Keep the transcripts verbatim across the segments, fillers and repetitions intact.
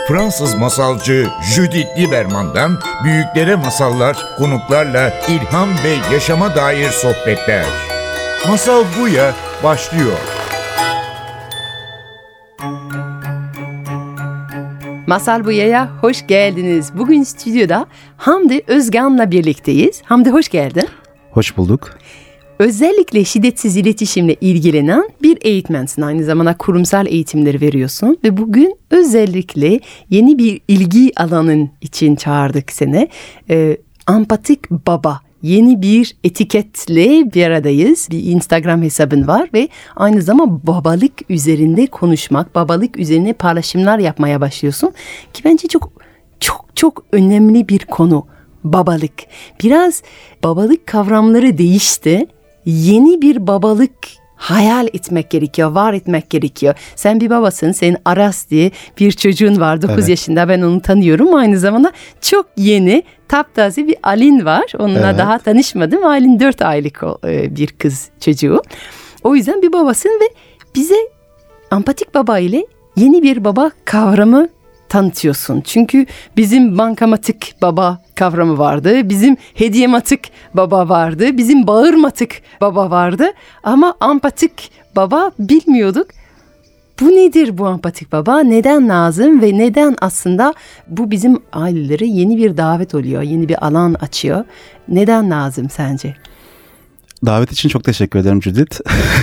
Fransız masalcı Judith Lieberman'dan büyüklere masallar, konuklarla ilham ve yaşama dair sohbetler. Masal Buya başlıyor. Masal Buya'ya hoş geldiniz. Bugün stüdyoda Hamdi Özgan'la birlikteyiz. Hamdi hoş geldin. Hoş bulduk. Özellikle şiddetsiz iletişimle ilgilenen bir eğitmensin. Aynı zamanda kurumsal eğitimleri veriyorsun. Ve bugün özellikle yeni bir ilgi alanın için çağırdık seni. Ee, Empatik Baba. Yeni bir etiketle bir aradayız. Bir Instagram hesabın var ve aynı zamanda babalık üzerinde konuşmak, babalık üzerine paylaşımlar yapmaya başlıyorsun. Ki bence çok çok çok önemli bir konu babalık. Biraz babalık kavramları değişti. Yeni bir babalık hayal etmek gerekiyor, var etmek gerekiyor. Sen bir babasın, senin Aras diye bir çocuğun var, dokuz evet. yaşında, ben onu tanıyorum. Aynı zamanda çok yeni, taptaze bir Alin var. Onunla evet. daha tanışmadım. Alin dört aylık bir kız çocuğu. O yüzden bir babasın ve bize empatik baba ile yeni bir baba kavramı tanıtıyorsun. Çünkü bizim bankamatik baba kavramı vardı. Bizim hediyematik baba vardı. Bizim bağırmatik baba vardı. Ama empatik baba bilmiyorduk. Bu nedir bu empatik baba? Neden lazım ve neden aslında bu bizim ailelere yeni bir davet oluyor, yeni bir alan açıyor? Neden lazım sence? Davet için çok teşekkür ederim Judith.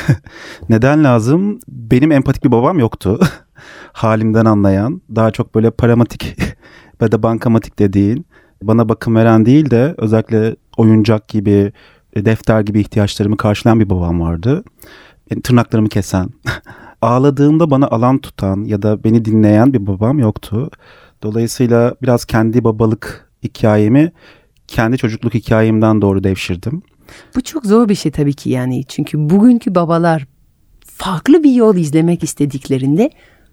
Neden lazım? Benim empatik bir babam yoktu. Halimden anlayan, daha çok böyle paramatik ve de bankamatik dediğin, bana bakım veren değil de özellikle oyuncak gibi, defter gibi ihtiyaçlarımı karşılayan bir babam vardı. Yani tırnaklarımı kesen, ağladığımda bana alan tutan ya da beni dinleyen bir babam yoktu. Dolayısıyla biraz kendi babalık hikayemi kendi çocukluk hikayemden doğru devşirdim. Bu çok zor bir şey tabii ki yani. Çünkü bugünkü babalar farklı bir yol izlemek istediklerinde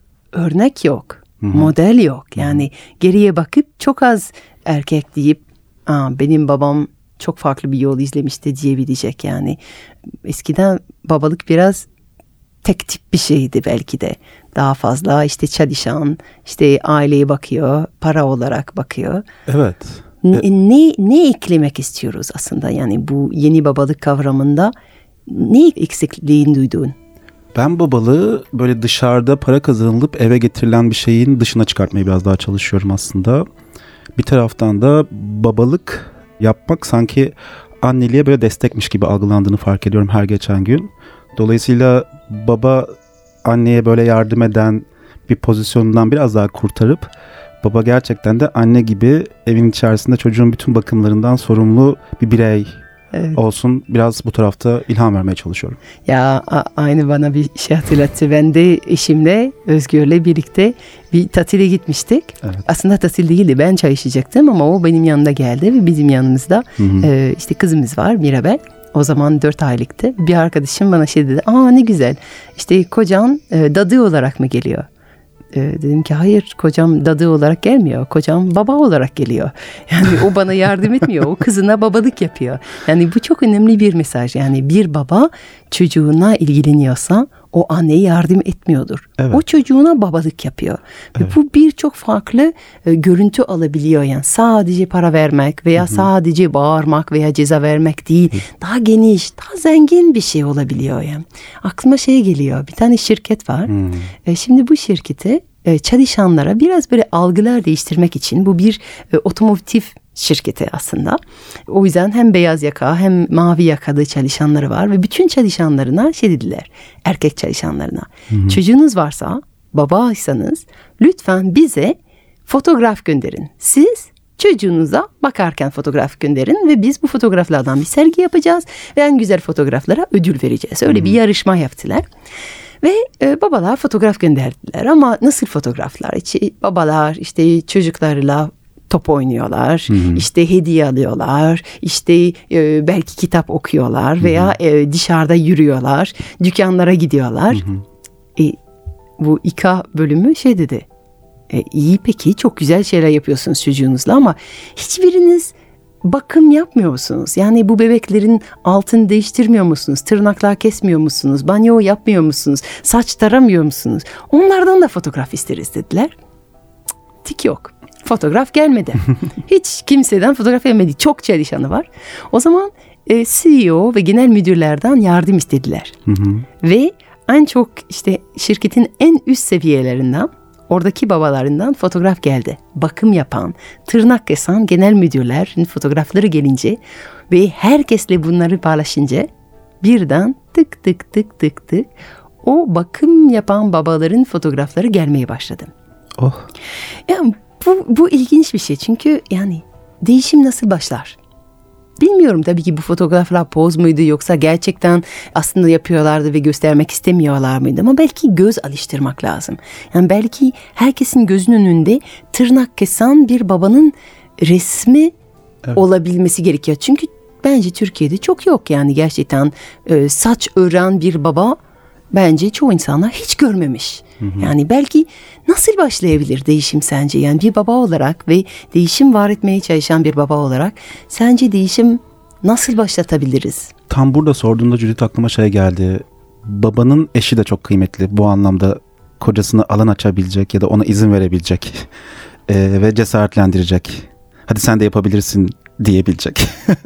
örnek yok, Hı-hı. model yok. Yani Hı-hı. geriye bakıp çok az erkek deyip Aa, benim babam çok farklı bir yol izlemişti diyebilecek yani. Eskiden babalık biraz tek tip bir şeydi belki de. Daha fazla işte çalışan, işte aileye bakıyor, para olarak bakıyor. Evet. Ne, ne, ne eklemek istiyoruz aslında yani bu yeni babalık kavramında ne eksikliğini duyduğun? Ben babalığı böyle dışarıda para kazanılıp eve getirilen bir şeyin dışına çıkartmaya biraz daha çalışıyorum aslında. Bir taraftan da babalık yapmak sanki anneliğe böyle destekmiş gibi algılandığını fark ediyorum her geçen gün. Dolayısıyla baba anneye böyle yardım eden bir pozisyonundan biraz daha kurtarıp baba gerçekten de anne gibi evin içerisinde çocuğun bütün bakımlarından sorumlu bir birey evet. olsun. Biraz bu tarafta ilham vermeye çalışıyorum. Ya a- aynı bana bir şey hatırlattı. Ben de eşimle Özgür'le birlikte bir tatile gitmiştik. Evet. Aslında tatil değildi. Ben çay içecektim ama o benim yanımda geldi ve bizim yanımızda e, işte kızımız var Mirabel. O zaman dört aylıktı. Bir arkadaşım bana şey dedi. Aa ne güzel. İşte kocan e, dadı olarak mı geliyor? Ee, dedim ki hayır, kocam dadı olarak gelmiyor. Kocam baba olarak geliyor. Yani o bana yardım etmiyor. O kızına babalık yapıyor. Yani bu çok önemli bir mesaj. Yani bir baba çocuğuna ilgileniyorsa o anneye yardım etmiyordur. Evet. O çocuğuna babalık yapıyor. Evet. Ve bu birçok farklı e, görüntü alabiliyor. Yani sadece para vermek veya Hı-hı. sadece bağırmak veya ceza vermek değil. Hı-hı. Daha geniş, daha zengin bir şey olabiliyor yani. Aklıma şey geliyor. Bir tane şirket var. E, şimdi bu şirketi e, çalışanlara biraz böyle algılar değiştirmek için, bu bir e, otomotiv şirketi aslında. O yüzden hem beyaz yaka hem mavi yakalı çalışanları var ve bütün çalışanlarına şey dediler, erkek çalışanlarına. Hı-hı. Çocuğunuz varsa, babaysanız lütfen bize fotoğraf gönderin. Siz çocuğunuza bakarken fotoğraf gönderin ve biz bu fotoğraflardan bir sergi yapacağız ve en güzel fotoğraflara ödül vereceğiz. Öyle Hı-hı. bir yarışma yaptılar. Ve e, babalar fotoğraf gönderdiler ama nasıl fotoğraflar? İşte, babalar işte çocuklarıyla top oynuyorlar, hı hı. işte hediye alıyorlar, işte e, belki kitap okuyorlar veya e, dışarıda yürüyorlar, dükkanlara gidiyorlar. Hı hı. E, bu İK bölümü şey dedi, e, iyi peki çok güzel şeyler yapıyorsunuz çocuğunuzla ama hiçbiriniz bakım yapmıyor musunuz? Yani bu bebeklerin altını değiştirmiyor musunuz? Tırnaklar kesmiyor musunuz? Banyo yapmıyor musunuz? Saç taramıyor musunuz? Onlardan da fotoğraf isteriz dediler. optik yok. Fotoğraf gelmedi. Hiç kimseden fotoğraf gelmedi. Çok çalışanı var. O zaman e, C E O ve genel müdürlerden yardım istediler. Hı hı. Ve en çok işte şirketin en üst seviyelerinden, oradaki babalarından fotoğraf geldi. Bakım yapan, tırnak kesen genel müdürlerin fotoğrafları gelince ve herkesle bunları paylaşınca birden tık tık tık tık tık o bakım yapan babaların fotoğrafları gelmeye başladı. Oh. Yani bu, bu ilginç bir şey çünkü yani değişim nasıl başlar? Bilmiyorum tabii ki bu fotoğraflar poz muydu yoksa gerçekten aslında yapıyorlardı ve göstermek istemiyorlar mıydı? Ama belki göz alıştırmak lazım. Yani belki herkesin gözünün önünde tırnak kesen bir babanın resmi evet. olabilmesi gerekiyor. Çünkü bence Türkiye'de çok yok yani gerçekten e, saç ören bir baba bence çoğu insanlar hiç görmemiş. Hı hı. Yani belki nasıl başlayabilir değişim sence? Yani bir baba olarak ve değişim var etmeye çalışan bir baba olarak sence değişim nasıl başlatabiliriz? Tam burada sorduğunda Judith aklıma şey geldi. Babanın eşi de çok kıymetli. Bu anlamda kocasına alan açabilecek ya da ona izin verebilecek ee, ve cesaretlendirecek. Hadi sen de yapabilirsin diyebilecek.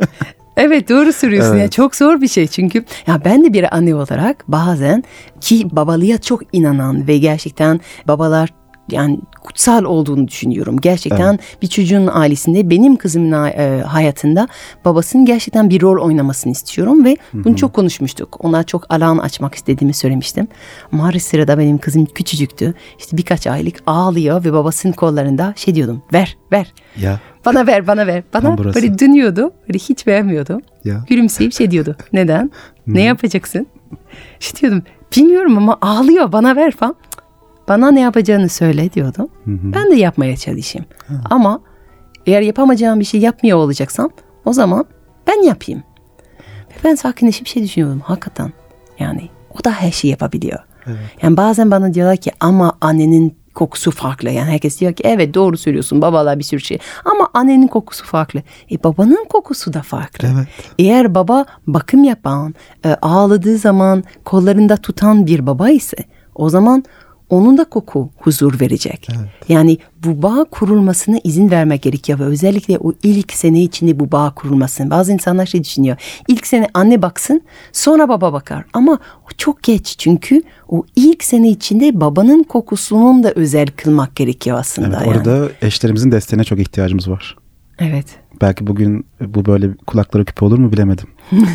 Evet doğru söylüyorsun. Evet. Ya çok zor bir şey çünkü ya ben de bir anne olarak bazen ki babalığa çok inanan ve gerçekten babalar yani kutsal olduğunu düşünüyorum. Gerçekten evet. bir çocuğun ailesinde benim kızımın e, hayatında babasının gerçekten bir rol oynamasını istiyorum ve bunu Hı-hı. çok konuşmuştuk. Ona çok alan açmak istediğimi söylemiştim. Ama her sırada benim kızım küçücüktü. İşte birkaç aylık ağlıyor ve babasının kollarında şey diyordum. Ver, ver. Ya. Bana ver, bana ver. Bana böyle dönüyordu. Böyle hiç beğenmiyordu. Ya. Gülümseyip şey diyordu. Neden? Ne yapacaksın? İşte diyordum. Bilmiyorum ama ağlıyor. Bana ver falan. Bana ne yapacağını söyle diyordum. Hı hı. Ben de yapmaya çalışayım. Hı. Ama eğer yapamayacağım bir şey yapmıyor olacaksam o zaman ben yapayım. Ve ben sakinleşip bir şey düşünüyordum. Hakikaten yani o da her şeyi yapabiliyor. Evet. Yani bazen bana diyorlar ki ama annenin kokusu farklı. Yani herkes diyor ki evet doğru söylüyorsun babalar bir sürü şey. Ama annenin kokusu farklı. E babanın kokusu da farklı. Evet. Eğer baba bakım yapan, e, ağladığı zaman kollarında tutan bir baba ise o zaman onun da koku huzur verecek. Evet. Yani bu bağ kurulmasına izin vermek gerekiyor ve özellikle o ilk sene içinde bu bağ kurulmasın. Bazı insanlar şey düşünüyor. İlk sene anne baksın, sonra baba bakar. Ama o çok geç çünkü o ilk sene içinde babanın kokusunun da özel kılmak gerekiyor aslında. Evet, yani. Orada eşlerimizin desteğine çok ihtiyacımız var. Evet. Belki bugün bu böyle kulaklara küpe olur mu bilemedim.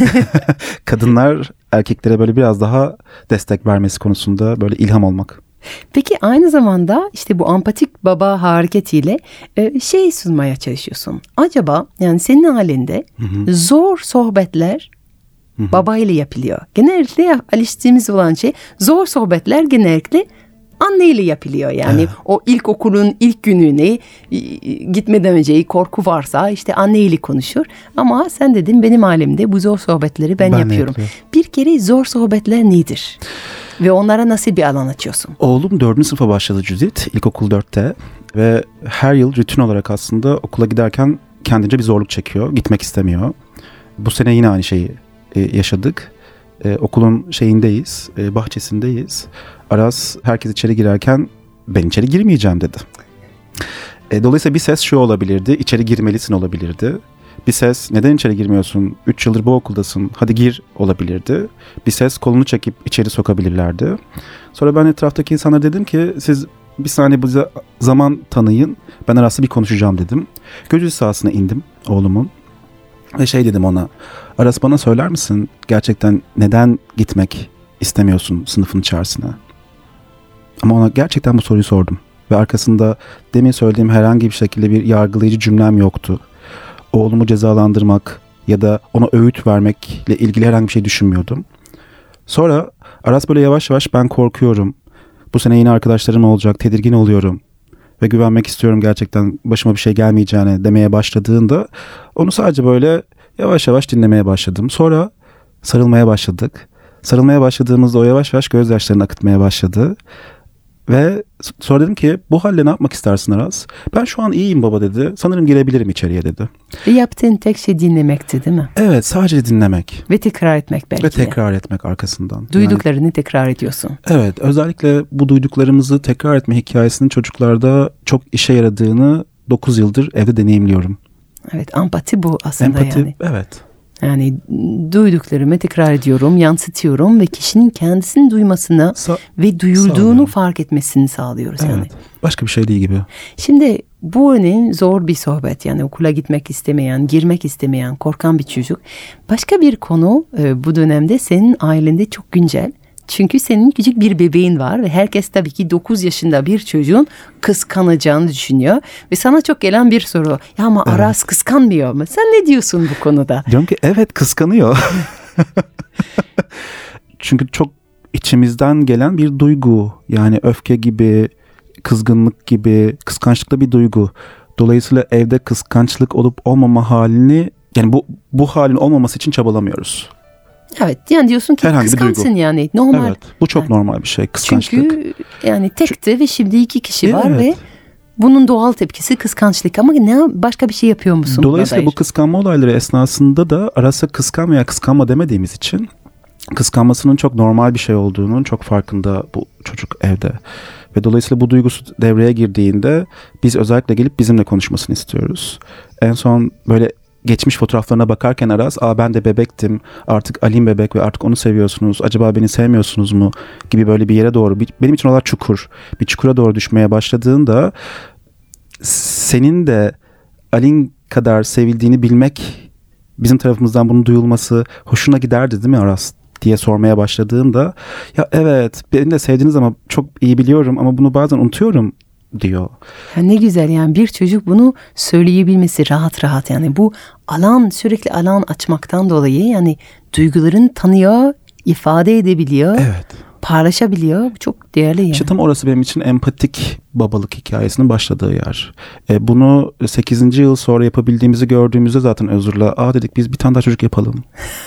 Kadınlar erkeklere böyle biraz daha destek vermesi konusunda böyle ilham olmak. Peki aynı zamanda işte bu empatik baba hareketiyle e, şey sunmaya çalışıyorsun. Acaba yani senin halinde hı hı. zor sohbetler hı hı. babayla yapılıyor. Genellikle alıştığımız olan şey zor sohbetler genellikle anneyle yapılıyor. Yani evet. o ilkokulun ilk gününe gitmeden önce korku varsa işte anneyle konuşur. Ama sen dedin benim halimde bu zor sohbetleri ben, ben yapıyorum. yapıyorum. Bir kere zor sohbetler nedir? Ve onlara nasıl bir alan açıyorsun? Oğlum dördüncü sınıfa başladı Judith, ilkokul dörtte. Ve her yıl rutin olarak aslında okula giderken kendince bir zorluk çekiyor. Gitmek istemiyor. Bu sene yine aynı şeyi e, yaşadık. E, okulun şeyindeyiz, e, bahçesindeyiz. Aras herkes içeri girerken ben içeri girmeyeceğim dedi. E, dolayısıyla bir ses şu olabilirdi, içeri girmelisin olabilirdi. Bir ses neden içeri girmiyorsun, üç yıldır bu okuldasın, hadi gir olabilirdi. Bir ses kolunu çekip içeri sokabilirlerdi. Sonra ben etraftaki insanlara dedim ki siz bir saniye bize zaman tanıyın, ben Aras'la bir konuşacağım dedim. Göz sahasına indim oğlumun ve şey dedim ona, Aras bana söyler misin gerçekten neden gitmek istemiyorsun sınıfın içerisine? Ama ona gerçekten bu soruyu sordum. Ve arkasında demin söylediğim herhangi bir şekilde bir yargılayıcı cümlem yoktu. Oğlumu cezalandırmak ya da ona öğüt vermekle ilgili herhangi bir şey düşünmüyordum. Sonra Aras böyle yavaş yavaş ben korkuyorum. Bu sene yine arkadaşlarım olacak, tedirgin oluyorum. Ve güvenmek istiyorum gerçekten başıma bir şey gelmeyeceğine demeye başladığında onu sadece böyle yavaş yavaş dinlemeye başladım. Sonra sarılmaya başladık. Sarılmaya başladığımızda o yavaş yavaş gözyaşlarını akıtmaya başladı. Ve sonra dedim ki bu halle ne yapmak istersin Aras? Ben şu an iyiyim baba dedi. Sanırım girebilirim içeriye dedi. Ve yaptığın tek şey dinlemekti değil mi? Evet, sadece dinlemek. Ve tekrar etmek belki Ve de. tekrar etmek arkasından. Duyduklarını Yani, tekrar ediyorsun. evet, özellikle bu duyduklarımızı tekrar etme hikayesinin çocuklarda çok işe yaradığını dokuz yıldır evde deneyimliyorum. Evet, empati bu aslında. Empati, yani. evet. Yani duyduklarımı tekrar ediyorum, yansıtıyorum ve kişinin kendisini duymasını Sa- ve duyulduğunu sağlıyorum. fark etmesini sağlıyoruz Evet. yani. Başka bir şey değil gibi. Şimdi bu örneğin zor bir sohbet, yani okula gitmek istemeyen, girmek istemeyen, korkan bir çocuk. Başka bir konu e, bu dönemde senin ailende çok güncel. Çünkü senin küçük bir bebeğin var ve herkes tabii ki dokuz yaşında bir çocuğun kıskanacağını düşünüyor. Ve sana çok gelen bir soru. Ya ama Evet. Aras kıskanmıyor mu? Sen ne diyorsun bu konuda? Diyorum ki evet, kıskanıyor. Çünkü çok içimizden gelen bir duygu. Yani öfke gibi, kızgınlık gibi, kıskançlık da bir duygu. Dolayısıyla evde kıskançlık olup olmama halini, yani bu bu halin olmaması için çabalamıyoruz. Evet, yani diyorsun ki Herhangi bir kıskansın duygu. yani normal. Evet, bu çok Yani. normal bir şey, kıskançlık. Çünkü yani tekti ve şimdi iki kişi var Evet. ve bunun doğal tepkisi kıskançlık, ama ne başka bir şey yapıyor musun? Dolayısıyla bu kıskanma olayları esnasında da Aras'a kıskan veya kıskanma demediğimiz için kıskanmasının çok normal bir şey olduğunun çok farkında bu çocuk evde. Ve dolayısıyla bu duygusu devreye girdiğinde biz özellikle gelip bizimle konuşmasını istiyoruz. En son böyle geçmiş fotoğraflarına bakarken Aras, aa ben de bebektim, artık Alim bebek ve artık onu seviyorsunuz, acaba beni sevmiyorsunuz mu gibi böyle bir yere doğru, benim için oralar çukur, bir çukura doğru düşmeye başladığında senin de Alin kadar sevildiğini bilmek, bizim tarafımızdan bunun duyulması hoşuna giderdi değil mi Aras diye sormaya başladığımda, ya evet beni de sevdiniz ama çok iyi biliyorum ama bunu bazen unutuyorum diyor. Ya ne güzel, yani bir çocuk bunu söyleyebilmesi rahat rahat, yani bu alan, sürekli alan açmaktan dolayı yani duygularını tanıyor, ifade edebiliyor, Evet. paylaşabiliyor. Bu çok değerli yani. İşte tam orası benim için empatik babalık hikayesinin başladığı yer. E, bunu sekizinci yıl sonra yapabildiğimizi gördüğümüzde zaten Özür'le aa dedik biz bir tane daha çocuk yapalım.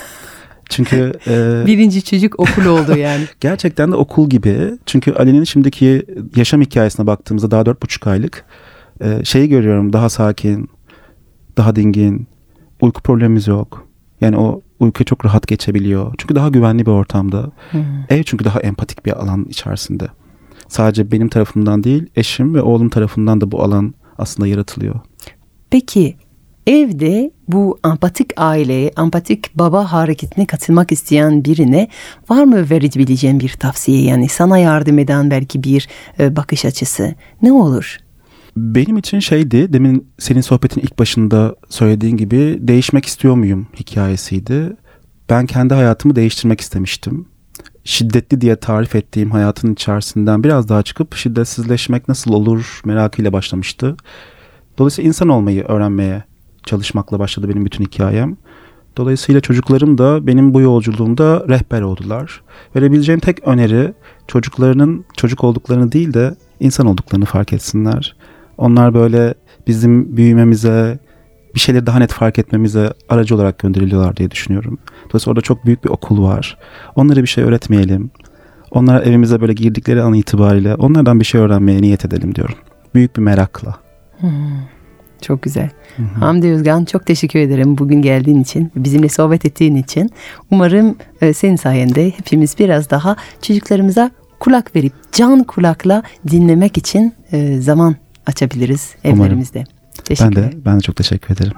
Çünkü e, birinci çocuk okul oldu yani. gerçekten de okul gibi. Çünkü Ali'nin şimdiki yaşam hikayesine baktığımızda daha dört buçuk aylık e, şeyi görüyorum, daha sakin, daha dingin, uyku problemimiz yok. Yani o uyku çok rahat geçebiliyor. Çünkü daha güvenli bir ortamda. Hmm. Ev çünkü daha empatik bir alan içerisinde. Sadece benim tarafımdan değil, eşim ve oğlum tarafından da bu alan aslında yaratılıyor. Peki evde bu empatik aile, empatik baba hareketine katılmak isteyen birine var mı verebileceğin bir tavsiye? Yani sana yardım eden belki bir e, bakış açısı. Ne olur? Benim için şeydi, demin senin sohbetin ilk başında söylediğin gibi değişmek istiyor muyum hikayesiydi. Ben kendi hayatımı değiştirmek istemiştim. Şiddetli diye tarif ettiğim hayatın içerisinden biraz daha çıkıp şiddetsizleşmek nasıl olur merakıyla başlamıştı. Dolayısıyla insan olmayı öğrenmeye çalışmakla başladı benim bütün hikayem. Dolayısıyla çocuklarım da benim bu yolculuğumda rehber oldular. Verebileceğim tek öneri, çocuklarının çocuk olduklarını değil de insan olduklarını fark etsinler. Onlar böyle bizim büyümemize, bir şeyleri daha net fark etmemize aracı olarak gönderiliyorlar diye düşünüyorum. Dolayısıyla orada çok büyük bir okul var. Onlara bir şey öğretmeyelim. Onlara evimize böyle girdikleri an itibariyle onlardan bir şey öğrenmeye niyet edelim diyorum. Büyük bir merakla. Hmm, çok güzel. Hı hı. Hamdi Özgan, çok teşekkür ederim bugün geldiğin için, bizimle sohbet ettiğin için. Umarım e, senin sayende hepimiz biraz daha çocuklarımıza kulak verip can kulakla dinlemek için e, zaman açabiliriz evlerimizde. Umarım. Teşekkür Ben de, ben de çok teşekkür ederim.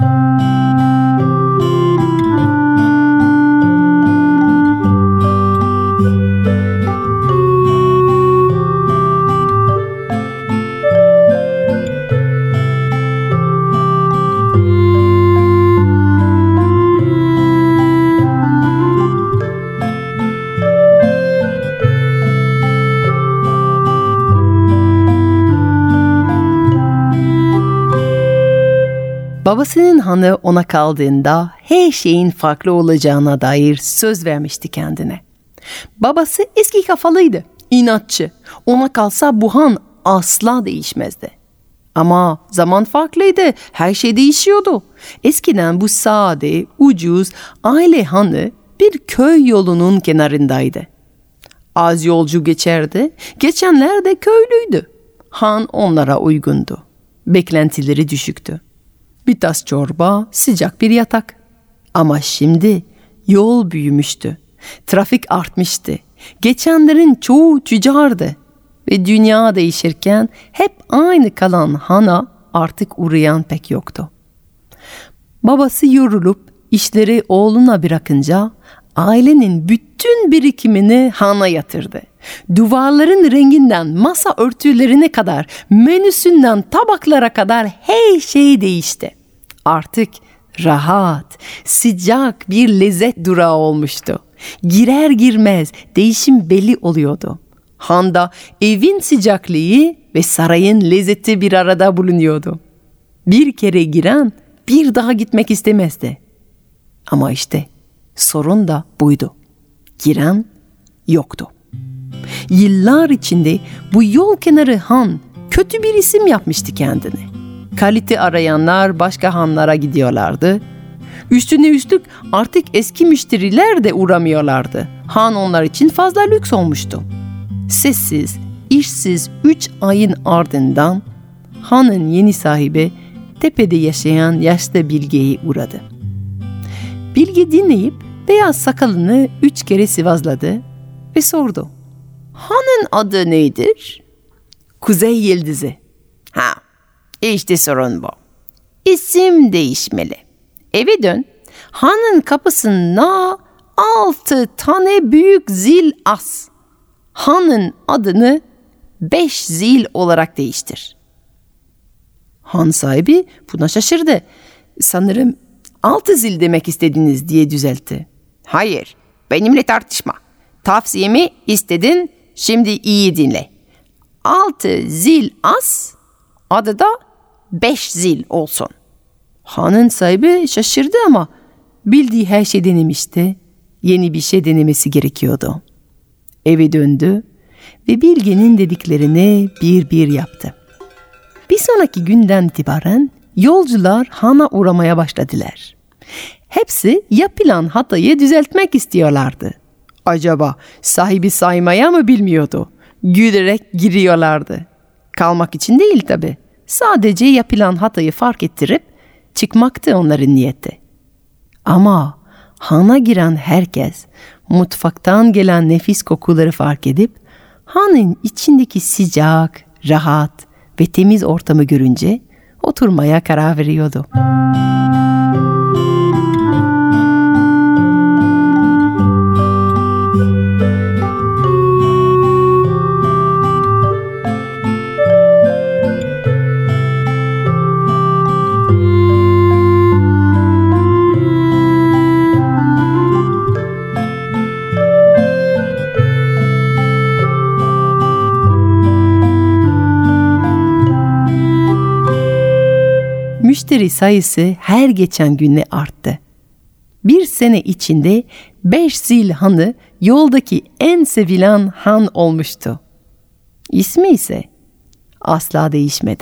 Babasının hanı ona kaldığında her şeyin farklı olacağına dair söz vermişti kendine. Babası eski kafalıydı, inatçı. Ona kalsa bu han asla değişmezdi. Ama zaman farklıydı, her şey değişiyordu. Eskiden bu sade, ucuz aile hanı bir köy yolunun kenarındaydı. Az yolcu geçerdi. Geçenler de köylüydü. Han onlara uygundu. Beklentileri düşüktü. Bir tas çorba, sıcak bir yatak. Ama şimdi yol büyümüştü. Trafik artmıştı. Geçenlerin çoğu tüccardı. Ve dünya değişirken hep aynı kalan Han'a artık uğrayan pek yoktu. Babası yorulup işleri oğluna bırakınca ailenin bütün birikimini Han'a yatırdı. Duvarların renginden masa örtülerine kadar, menüsünden tabaklara kadar her şey değişti. Artık rahat, sıcak bir lezzet durağı olmuştu. Girer girmez değişim belli oluyordu. Han'da evin sıcaklığı ve sarayın lezzeti bir arada bulunuyordu. Bir kere giren bir daha gitmek istemezdi. Ama işte sorun da buydu. Giren yoktu. Yıllar içinde bu yol kenarı Han kötü bir isim yapmıştı kendine. Kalite arayanlar başka hanlara gidiyorlardı. Üstüne üstlük artık eski müşteriler de uğramıyorlardı. Han onlar için fazla lüks olmuştu. Sessiz, işsiz üç ayın ardından Han'ın yeni sahibi tepede yaşayan yaşlı Bilge'ye uğradı. Bilge dinleyip beyaz sakalını üç kere sıvazladı ve sordu. Han'ın adı nedir? Kuzey Yıldızı. Ha, işte sorun bu. İsim değişmeli. Eve dön. Han'ın kapısına altı tane büyük zil as. Han'ın adını beş zil olarak değiştir. Han sahibi buna şaşırdı. Sanırım altı zil demek istediniz diye düzeltti. Hayır, benimle tartışma. Tavsiyemi istedin, şimdi iyi dinle. Altı zil as, adı da beş zil olsun. Han'ın sahibi şaşırdı ama bildiği her şey denemişti. Yeni bir şey denemesi gerekiyordu. Eve döndü ve Bilge'nin dediklerini bir bir yaptı. Bir sonraki günden itibaren yolcular Han'a uğramaya başladılar. Hepsi yapılan hatayı düzeltmek istiyorlardı. Acaba sahibi saymaya mı bilmiyordu? Gülerek giriyorlardı. Kalmak için değil tabii. Sadece yapılan hatayı fark ettirip çıkmaktı onların niyeti. Ama Han'a giren herkes mutfaktan gelen nefis kokuları fark edip Han'ın içindeki sıcak, rahat ve temiz ortamı görünce oturmaya karar veriyordu. Müşteri sayısı her geçen güne arttı. Bir sene içinde beş zil Han'ı yoldaki en sevilen Han olmuştu. İsmi ise asla değişmedi.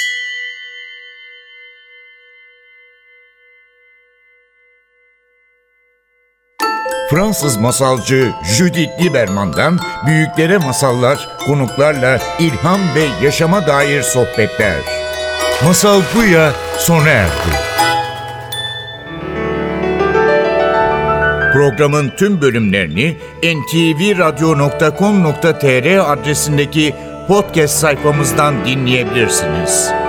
Fransız masalcı Judith Lieberman'dan büyüklere masallar, konuklarla ilham ve yaşama dair sohbetler. Masal Buya sona erdi. Programın tüm bölümlerini en te ve radyo nokta com nokta tr adresindeki podcast sayfamızdan dinleyebilirsiniz.